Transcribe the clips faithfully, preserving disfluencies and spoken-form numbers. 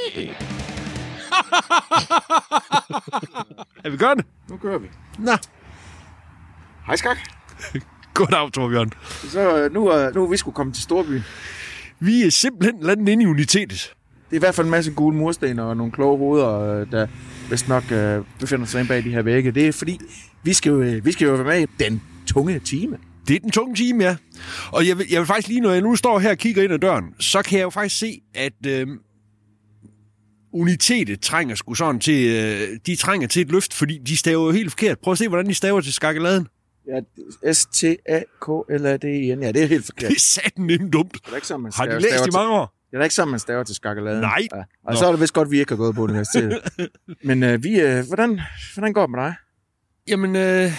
Er vi gør det? Nu kører vi. Nå. Hej Skak. Goddag, Torbjørn. Så nu, er, nu er vi skulle komme til Storbyen. Vi er simpelthen landet inde i unitetet. Det er i hvert fald en masse gule mursten og nogle kloge hoveder, der vist nok uh, befinder sig inde bag de her vægge. Det er fordi, vi skal jo, vi skal jo være med i den tunge time. Det er den tunge time, ja. Og jeg vil, jeg vil faktisk lige, når jeg nu står her og kigger ind ad døren, så kan jeg jo faktisk se, at øh, unitetet trænger sgu sådan til, øh, de trænger til et løft, fordi de staver jo helt forkert. Prøv at se, hvordan de staver til Skakkeladen. Ja, S T A K L A D E N. Ja, det er helt forkert. Det er satan nemt dumt. Det er ikke sådan, man har de læst i mange år? Det er da ikke sådan, man staver til Skakkeladen. Nej. Ja. Og så er det vist godt, vi ikke har gået på universitetet. Men øh, vi, øh, hvordan, hvordan går det med dig? Jamen, øh,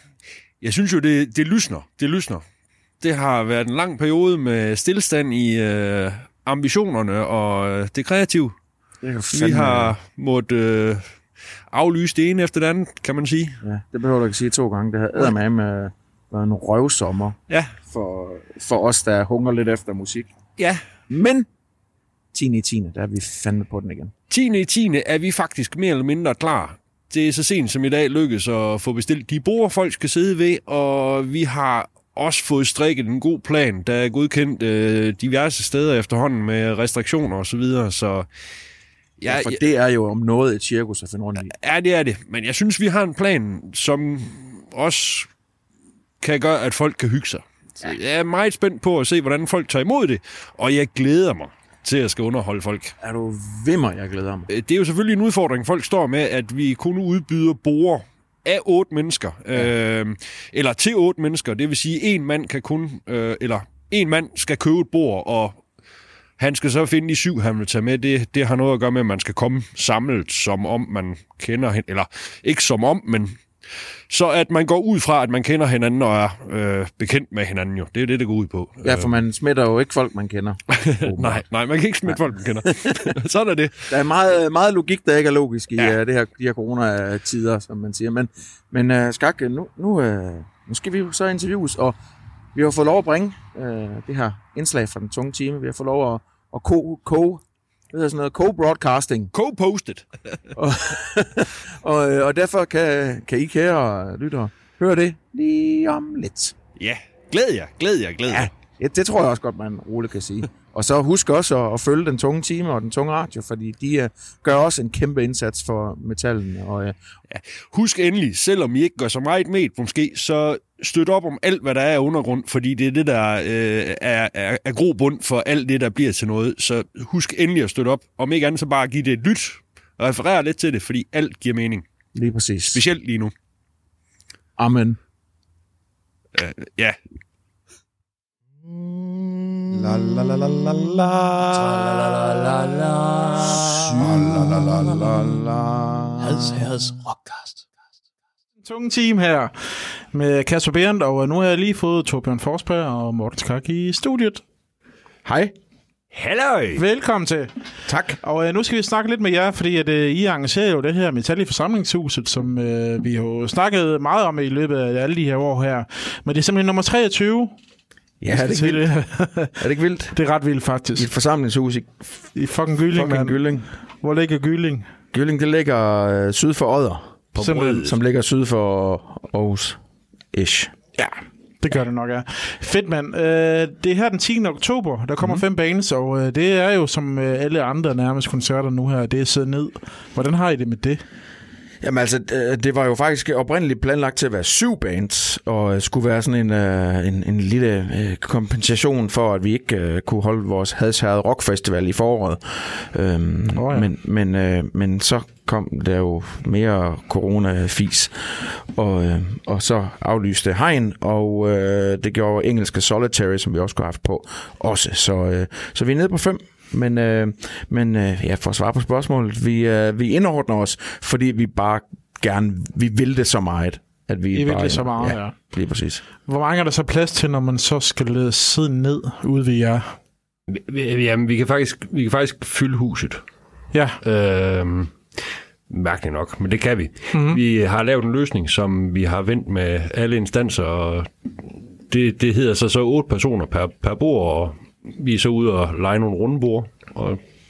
jeg synes jo, det, det lysner. Det lysner. Det har været en lang periode med stillestand i øh, ambitionerne og øh, det kreative. Det fandme... Vi har måttet øh, aflyse det ene efter det andet, kan man sige. Ja, det behøver du ikke sige to gange. Det har eddermame med været en røvsommer ja. for, for os, der hunger lidt efter musik. Ja. Men tiende i tiende, der er vi fandme på den igen. tiende i tiende er vi faktisk mere eller mindre klar. Det er så sent som i dag lykkes at få bestilt de borde, folk skal sidde ved, og vi har også fået strikket en god plan, der er godkendt øh, diverse steder efterhånden med restriktioner og så videre, så... Ja, ja, for jeg, det er jo om noget et cirkus at finde rundt i. Ja, det er det. Men jeg synes, vi har en plan, som også kan gøre, at folk kan hygge sig. Så jeg er meget spændt på at se, hvordan folk tager imod det, og jeg glæder mig til at skal underholde folk. Er du vimmer, jeg glæder mig. Det er jo selvfølgelig en udfordring, folk står med, at vi kun udbyder borde af otte mennesker, ja. øh, eller til otte mennesker. Det vil sige, en mand kan kun, øh, eller en mand skal købe et bord, og han skal så finde de syv, han vil tage med. Det, det har noget at gøre med, at man skal komme samlet, som om man kender hende, eller ikke som om, men så at man går ud fra, at man kender hinanden og er øh, bekendt med hinanden jo. Det er det, det går ud på. Ja, for man smitter jo ikke folk, man kender. nej, nej, man kan ikke smitte nej. folk, man kender. Sådan er det. Der er meget, meget logik, der ikke er logisk i ja. uh, det her, de her corona-tider, som man siger. Men, men uh, Skak, nu, nu, uh, nu skal vi jo så interviews, og vi har fået lov at bringe uh, det her indslag fra den tunge time. Vi har fået lov at, at ko, ko, det hedder sådan noget co-broadcasting. Co-postet. og, og, og derfor kan, kan I kære lyttere høre det lige om lidt. Ja, glæd jer, glæd jer, glæd jer. Ja, det, det tror jeg også godt, man roligt kan sige. Og så husk også at, at følge den tunge time og den tunge radio, fordi de uh, gør også en kæmpe indsats for metallen. Og, uh, ja. Husk endelig, selvom I ikke gør så meget med måske, så støt op om alt, hvad der er undergrund, fordi det er det, der øh, er, er, er grobund for alt det, der bliver til noget. Så husk endelig at støtte op. Om ikke andet, så bare give det et lyt og referere lidt til det, fordi alt giver mening. Lige præcis. Specielt lige nu. Amen. Uh, ja. La la la la la la. La la la la la. La la la la. Hads Herreds Rockcast. Tunge team her med Kasper Berendt, og nu har jeg lige fået Torbjørn Forsberg og Morten Skak i studiet. Hej. Halløj. Velkommen til. Tak. Og øh, nu skal vi snakke lidt med jer, fordi at, øh, I arrangerer jo det her metal i forsamlingshuset, som øh, vi har snakket meget om i løbet af alle de her år her. Men det er simpelthen nummer treogtyve. Ja, er det ikke vildt? Er det ikke vildt? Det er ret vildt, faktisk. I et forsamlingshus i, I fucking Gylling, fucking Gylling. Hvor ligger Gylling? Gylling, det ligger øh, syd for Odder, på Brød, som ligger syd for Aarhus. Ish. Ja, det gør det nok, ja. Fedt, mand. Øh, det er her den tiende oktober. Der kommer mm. fem bands, og øh, det er jo som øh, alle andre nærmest koncerter nu her. Det er siddet ned. Hvordan har I det med det? Jamen altså, det var jo faktisk oprindeligt planlagt til at være syv bands, og skulle være sådan en, en, en lille kompensation for, at vi ikke kunne holde vores Hads Herred Rock Festival i foråret. Øhm, oh ja. men, men, men så kom der jo mere corona-fis, og, og så aflyste Hein, og det gjorde engelske Solitary, som vi også skulle have haft på, også. Så, så vi er nede på fem. Men, øh, men øh, ja, for at svare på spørgsmålet, vi, øh, vi indordner os, fordi vi bare gerne, vi vil det så meget. At vi I bare, vil det så meget, ja. ja. Lige præcis. Hvor mange er der så plads til, når man så skal sidde ned ude ved jer? Jamen, vi kan faktisk, vi kan faktisk fylde huset. Ja. Øhm, mærkeligt nok, men det kan vi. Mm-hmm. Vi har lavet en løsning, som vi har vendt med alle instanser, og det, det hedder så så otte personer per, per bord, og vi er så ude og lege nogle rundebord, og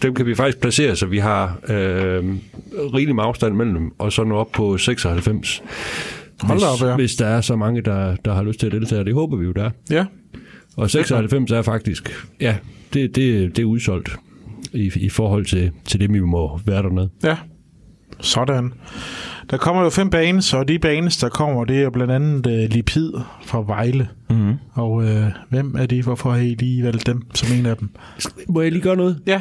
dem kan vi faktisk placere, så vi har øh, rigelig med afstand mellem dem, og så nå op på seksoghalvfems. Hold da op, ja. Hvis der er så mange, der, der har lyst til at deltage, det håber vi jo, der er. Ja. Og seksoghalvfems er faktisk, ja, det, det, det er udsolgt i, i forhold til, til det, vi må være dernede. Ja, sådan. Der kommer jo fem bands, og de bands, der kommer, det er blandt andet uh, Lipid fra Vejle. Mm-hmm. Og uh, hvem er de? Hvorfor har I lige valgt dem som en af dem? Må jeg lige gøre noget? Ja.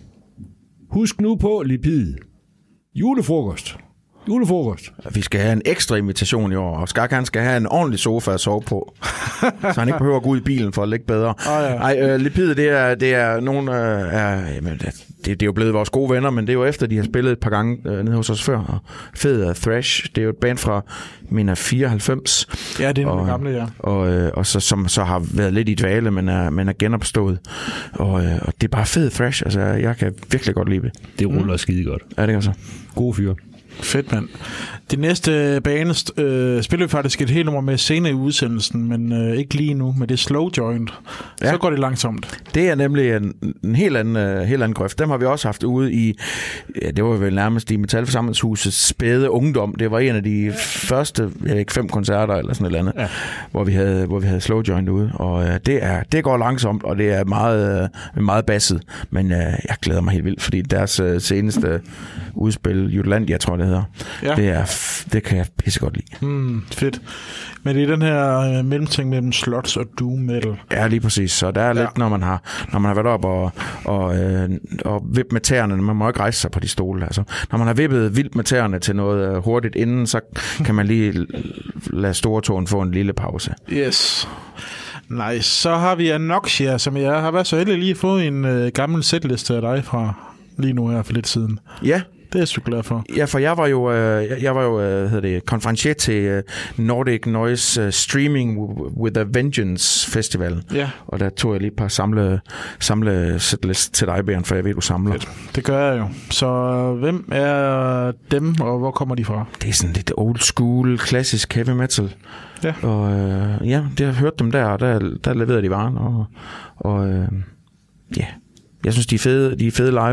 Husk nu på Lipid. Julefrokost. Julefrokost. Vi skal have en ekstra invitation i år, og Skak, han skal have en ordentlig sofa at sove på, så han ikke behøver at gå ud i bilen for at ligge bedre. Oh, ja. Ej, uh, Lipid, det er, det er nogle uh, er, jamen, det, det er jo blevet vores gode venner, men det er jo efter, de har spillet et par gange uh, nede hos os før. Og fed uh, Thrash, det er jo et band fra, mener, fireoghalvfems. Ja, det er og, den gamle, ja. Og, uh, og så, som så har været lidt i dvale, men er, men er genopstået. Og, uh, og det er bare fed Thrash, altså jeg kan virkelig godt lide det. Det ruller mm. skide godt. Ja, det gør så. Gode fyre. Fedt, mand. Det næste bane øh, spiller vi faktisk et helt nummer med senere i udsendelsen, men øh, ikke lige nu, med det Slow Joint. Ja. Så går det langsomt. Det er nemlig en, en helt, anden, uh, helt anden grøft. Dem har vi også haft ude i, ja, det var vel nærmest i Metalforsamlingshusets spæde ungdom. Det var en af de første, jeg ikke, fem koncerter eller sådan et eller andet, ja. hvor, vi havde, hvor vi havde Slow Joint ude. Og uh, det, er, det går langsomt, og det er meget, uh, meget basset. Men uh, jeg glæder mig helt vildt, fordi deres uh, seneste udspil, Jutlandia, tror jeg det hedder, ja. det, er, det kan jeg pissegodt lide. Mm, fedt. Men det er den her øh, mellemting mellem slots og doom metal. Ja, lige præcis. Så der er ja. lidt, når man har, når man har været op og, og, øh, og vippet med tæerne. Man må ikke rejse sig på de stole. Altså, når man har vippet vildt med tæerne til noget øh, hurtigt inden, så kan man lige lade stortåen få en lille pause. Yes. Nice. Så har vi Anoxia, som jeg har været så heldig lige at få en øh, gammel setliste af dig fra lige nu her for lidt siden. Ja. Det er jeg så glad for. Ja, for jeg var jo, øh, jeg var jo øh, hedder det, konferencier til øh, Nordic Noise uh, Streaming with a Vengeance Festival. Ja. Og der tog jeg lige et par samle, samle setlist til dig, Bjørn, for jeg ved, du samler. Fedt. Det gør jeg jo. Så hvem er dem, og hvor kommer de fra? Det er sådan lidt old school, klassisk heavy metal. Ja. Og øh, ja, det har hørt dem der, og der, der leverede de varen. Og, og øh, ja, jeg synes, de er fede, de er fede live.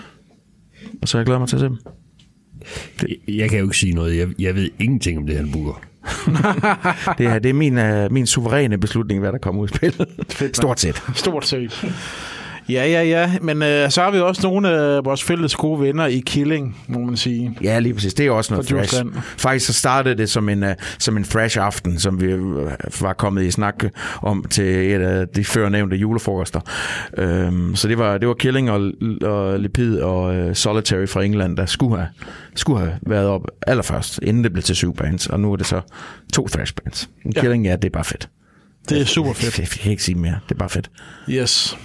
Og så jeg glæder mig til at se dem. Det. Jeg kan jo ikke sige noget. Jeg, jeg ved ingenting om det her booker. det, er, det er min, uh, min suveræne beslutning, hvad der kommer ud i spil. Stort set. Stort set. Ja, ja, ja. Men øh, så har vi også nogle af vores fælles gode venner i Killing, må man sige. Ja, lige præcis. Det er også noget thrash. Faktisk så startede det som en, uh, som en thrash-aften, som vi uh, var kommet i snak om til et af de førnævnte julefrokoster. Um, så det var, det var Killing og, og Lipid og uh, Solitary fra England, der skulle have, skulle have været op allerførst, inden det blev til syv bands. Og nu er det så to thrash-bands. Ja. Killing, ja, det er bare fedt. Det er super fedt. Jeg, jeg kan ikke sige mere. Det er bare fedt. Yes.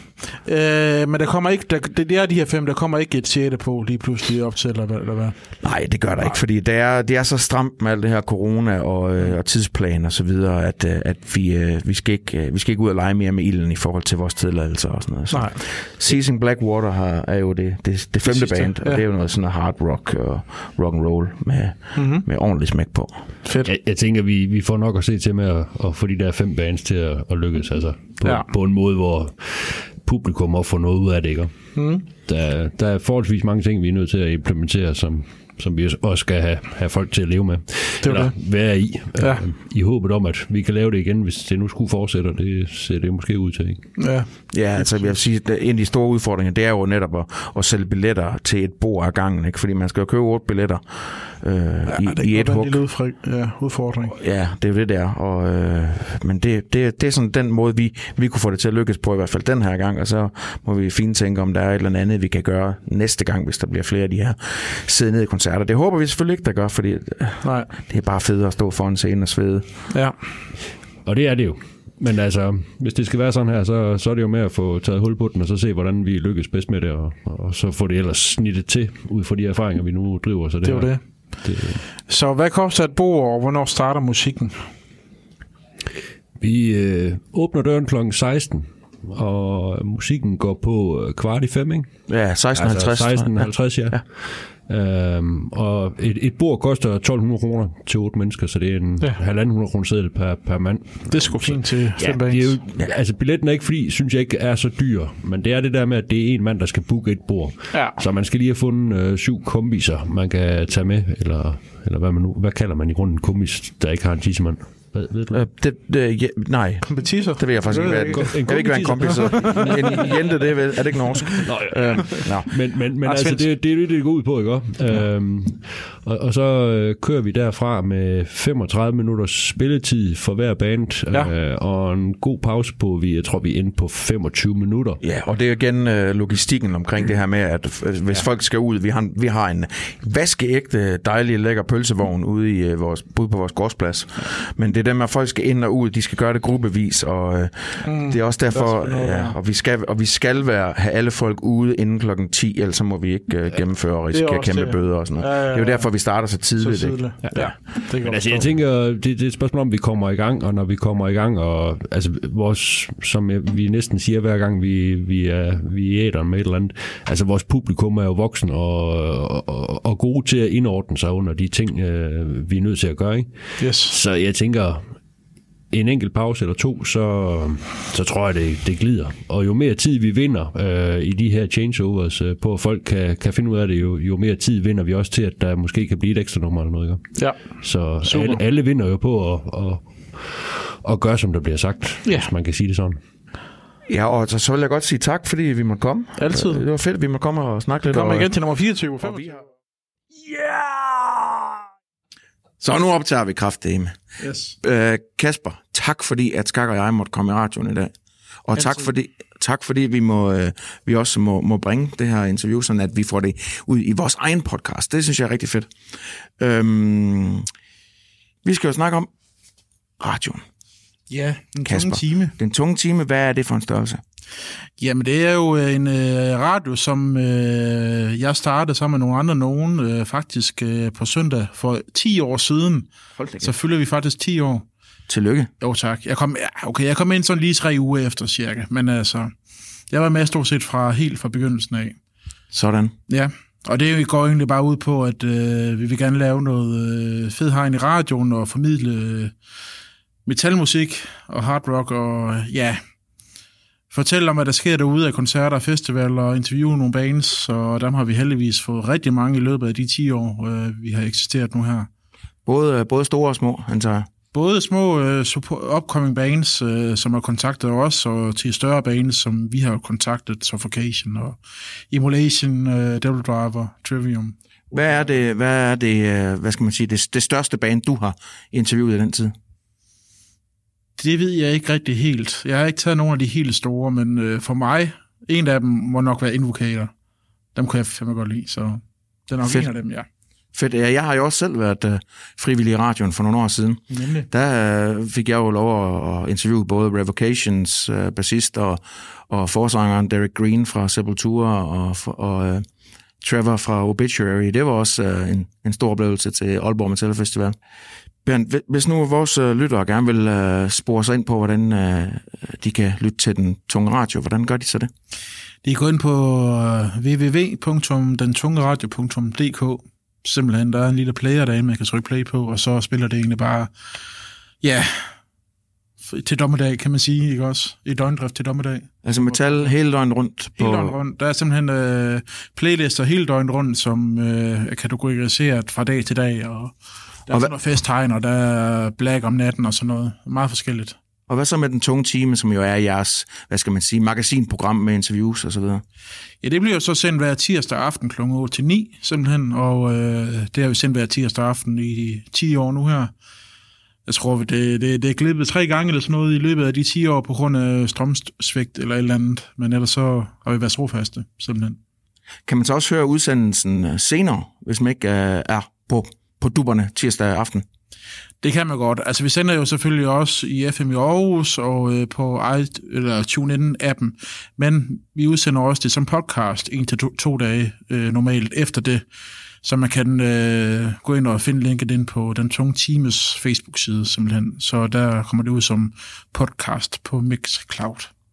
Øh, men der kommer ikke, der, det er de her fem, der kommer ikke et sjette på lige pludselig op til, eller hvad? Eller hvad? Nej, det gør der ikke, fordi det er, det er så stramt med alt det her corona og, øh, og tidsplan og så videre, at, at vi, øh, vi, skal ikke, vi skal ikke ud og lege mere med ilden i forhold til vores tilladelser og sådan noget. Så nej. Seizing Blackwater har, er jo det, det, det femte det band, ja. Og det er jo noget sådan noget hard rock og rock and roll med, mm-hmm. med ordentligt smæk på. Fedt. Jeg, jeg tænker, vi, vi får nok at se til med at, at få de der fem bands til at, at lykkes, altså på, ja. på en måde, hvor publikum og få noget ud af det, ikke? Mm. Der, der er forholdsvis mange ting, vi er nødt til at implementere, som, som vi også skal have, have folk til at leve med. Det eller det. Være i. Ja. Øh, I håbet om, at vi kan lave det igen, hvis det nu skulle fortsætte, og det ser det måske ud til, ikke? Ja, ja altså jeg vil sige, at en af de store udfordringer, det er jo netop at, at sælge billetter til et bord af gangen, ikke? Fordi man skal jo købe otte billetter øh, ja, i, det i et hug. Det er en lille ja, udfordring. Ja, det er jo det der. Og, øh, men det, det, det er sådan den måde, vi, vi kunne få det til at lykkes på, i hvert fald den her gang, og så må vi fint tænke, om der er et eller andet, vi kan gøre næste gang, hvis der bliver flere af de her sidde nede i koncerter. Det håber vi selvfølgelig ikke, der gør, fordi nej. Det er bare fedt at stå foran scenen og svede. Ja. Og det er det jo. Men altså, hvis det skal være sådan her, så, så er det jo med at få taget hul på den, og så se, hvordan vi lykkes bedst med det, og, og så få det ellers snittet til, ud fra de erfaringer, vi nu driver. Så det, det er jo det. det. Så hvad koster et bord, og hvornår starter musikken? Vi øh, åbner døren klokken seksten og musikken går på kvart i fem, ikke? Ja, seksten halvtreds. Altså seksten halvtreds, ja. ja. Øhm, og et, et bord koster tolv hundrede kroner til otte mennesker, så det er en ja. halvanden hundrede kroner seddel per, per mand. Det er sgu fint til ja, fem bands. Ja. Altså billetten er ikke fordi, synes jeg ikke er så dyr, men det er det der med, at det er en mand, der skal booke et bord. Ja. Så man skal lige have fundet øh, syv kombiser, man kan tage med, eller, eller hvad man nu, hvad kalder man i grunden kombis, der ikke har en tissemand? Ved, ved du? Øh, det, det, ja, nej. Kompetiser? Det vil jeg faktisk ikke være. Jeg vil ikke være en kompis. En jente, det er, er det ikke norsk? Nå, ja. øh, men men, men altså, det, det er det, det går ud på, ikke? Ja. Øhm, og, og så øh, kører vi derfra med femogtredive minutters spilletid for hver band, ja. øh, og en god pause på, vi, jeg tror, vi er inde på femogtyve minutter. Ja, og det er igen øh, logistikken omkring mm. det her med, at øh, hvis ja. folk skal ud, vi har, vi har en vaskeægte, dejlig, lækker pølsevogn ude, i, øh, vores, ude på vores gårdsplads, men det er dem, at folk skal ind og ud, de skal gøre det gruppevis, og øh, mm, det er også derfor, det er også ja, og, vi skal, og vi skal være, have alle folk ude inden klokken ti, ellers så må vi ikke øh, gennemføre og risikere kæmpe det. bøder og sådan noget. Ja, ja, ja. Det er jo derfor, vi starter så tidligt. Så tidligt. Ja. Ja. Det Men altså, jeg tænker, det, det er et spørgsmål om, vi kommer i gang, og når vi kommer i gang, og altså, vores, som vi næsten siger hver gang, vi, vi er vi er æderen med et eller andet, altså vores publikum er jo voksen og, og, og gode til at indordne sig under de ting, øh, vi er nødt til at gøre, ikke? Yes. Så jeg tænker, en enkelt pause eller to, så, så tror jeg, det, det glider. Og jo mere tid vi vinder øh, i de her changeovers, øh, på at folk kan, kan finde ud af det, jo, jo mere tid vinder vi også til, at der måske kan blive et ekstra nummer eller noget. Ikke? Ja. Så alle, alle vinder jo på at, at, at gøre, som der bliver sagt, ja. Hvis man kan sige det sådan. Ja, og så, så vil jeg godt sige tak, fordi vi måtte komme. Altid. Det var fedt, at vi måtte komme og snakke lidt. Vi kommer igen til nummer fireogtyve. Ja! Så nu optager vi kraftedeme. Yes. Øh, Kasper, tak fordi, at Skak og jeg måtte komme i radioen i dag. Og Altid. tak fordi, tak fordi vi, må, øh, vi også må, må bringe det her interview, sådan at vi får det ud i vores egen podcast. Det synes jeg er rigtig fedt. Øhm, vi skal jo snakke om radioen. Ja, den Kasper. tunge time. Den tunge time, hvad er det for en størrelse? Jamen, det er jo en øh, radio, som øh, jeg startede sammen med nogle andre nogen, øh, faktisk øh, på søndag for ti år siden. Så fylder vi faktisk ti år. Tillykke. Jo, tak. Jeg kom, okay, jeg kom ind sådan lige tre uger efter cirka, men altså, jeg var med stort set fra helt fra begyndelsen af. Sådan. Ja, og det går egentlig bare ud på, at øh, vi vil gerne lave noget øh, fed hegn i radioen og formidle øh, metalmusik og hard rock og ja, fortælle om, hvad der sker derude af koncerter og festivaler og interviewe nogle bands, og dem har vi heldigvis fået rigtig mange i løbet af de ti år, øh, vi har eksisteret nu her. Både, både store og små, antager jeg. Både små uh, upcoming bands, uh, som har kontaktet os, og til større bands, som vi har kontaktet, Suffocation og Immolation, uh, Devil Driver, Trivium. Hvad er det, hvad er det, hvad skal man sige, det, det største band, du har interviewet i den tid? Det ved jeg ikke rigtig helt. Jeg har ikke taget nogen af de helt store, men uh, for mig, en af dem må nok være Invocator. Dem kunne jeg fandme godt lide, så det er nok Fedt. En af dem, ja. Fedt. Jeg har jo også selv været uh, frivillig i radioen for nogle år siden. Nemlig. Der uh, fik jeg jo lov at interviewe både Revocations uh, bassist og, og forsangeren Derek Green fra Sepultura og, og uh, Trevor fra Obituary. Det var også uh, en, en stor oplevelse til Aalborg Metal Festival. Bernd, hvis nu vores uh, lyttere gerne vil uh, spore sig ind på, hvordan uh, de kan lytte til den tunge radio, hvordan gør de så det? De går ind på uh, w w w punktum den tunge radio punktum d k. Simpelthen, der er en lille player derinde, man kan trykke play på, og så spiller det egentlig bare, ja, til dommedag, kan man sige, ikke også? I døgndrift til dommedag. Altså metal hele døgnet rundt? Hele døgnet rundt. Der er simpelthen øh, playlister hele døgnet rundt, som øh, er kategoriseret fra dag til dag, og der er og sådan noget festtegn, og der er black om natten og sådan noget. Meget forskelligt. Og hvad så med den tunge time, som jo er jeres, hvad skal man sige, magasinprogram med interviews og så videre? Ja, det bliver jo så sendt hver tirsdag aften klokken otte til ni, simpelthen, og øh, det har vi sendt hver tirsdag aften i ti år nu her. Jeg tror, det, det, det er glippet tre gange eller sådan noget i løbet af de ti år på grund af strømsvigt eller et eller andet, men ellers så har vi været trofaste, simpelthen. Kan man så også høre udsendelsen senere, hvis man ikke øh, er på, på dupperne tirsdag aften? Det kan man godt. Altså, vi sender jo selvfølgelig også i F M i Aarhus og øh, på i, eller TuneIn-appen, men vi udsender også det som podcast en til to, to dage øh, normalt efter det, så man kan øh, gå ind og finde linket ind på Den Tunge Times Facebook-side simpelthen. Så der kommer det ud som podcast på Mixcloud.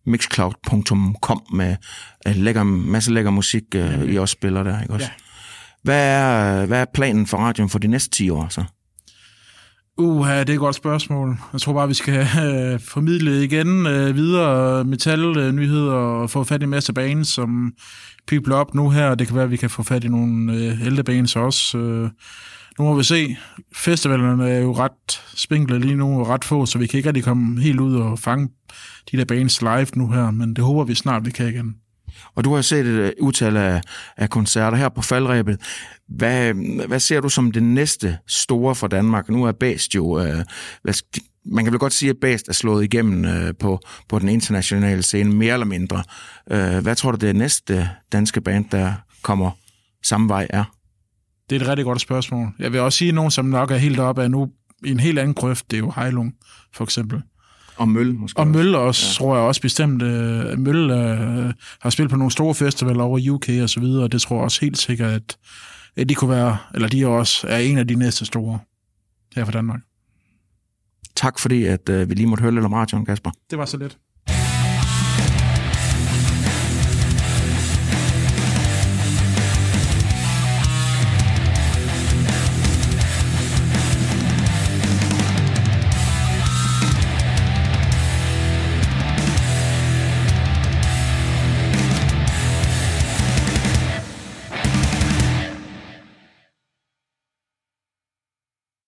mixcloud punktum com med uh, lækker, masse lækker musik, uh, ja. I også spiller der, ikke også? Ja. Hvad er, hvad er planen for radioen for de næste ti år, så? Uh, det er et godt spørgsmål. Jeg tror bare, vi skal uh, formidle igen uh, videre metal-nyheder og få fat i en masse bands, som pipler op nu her. Det kan være, at vi kan få fat i nogle uh, ældre bands også. Uh, nu må vi se. Festivalerne er jo ret spinkle lige nu og ret få, så vi kan ikke rigtig komme helt ud og fange de der bands live nu her, men det håber vi snart, vi kan igen. Og du har set et utal af, af koncerter her på Faldrebet. Hvad, hvad ser du som det næste store for Danmark? Nu er Bæst jo... Øh, hvad, man kan vel godt sige, at Bæst er slået igennem øh, på, på den internationale scene, mere eller mindre. Øh, hvad tror du, det næste danske band, der kommer samme vej, er? Det er et rigtig godt spørgsmål. Jeg vil også sige, at nogen, som nok er helt oppe af nu i en helt anden grøft, det er jo Heilung, for eksempel. Og Møl måske. Og Møl også, ja. Tror jeg også bestemt. Uh, Møl uh, har spillet på nogle store festivaler over i U K og så videre, og det tror jeg også helt sikkert, at, at de kunne være, eller de også er en af de næste store her fra Danmark. Tak fordi, at uh, vi lige måtte høre lidt om radioen, Kasper. Det var så lidt.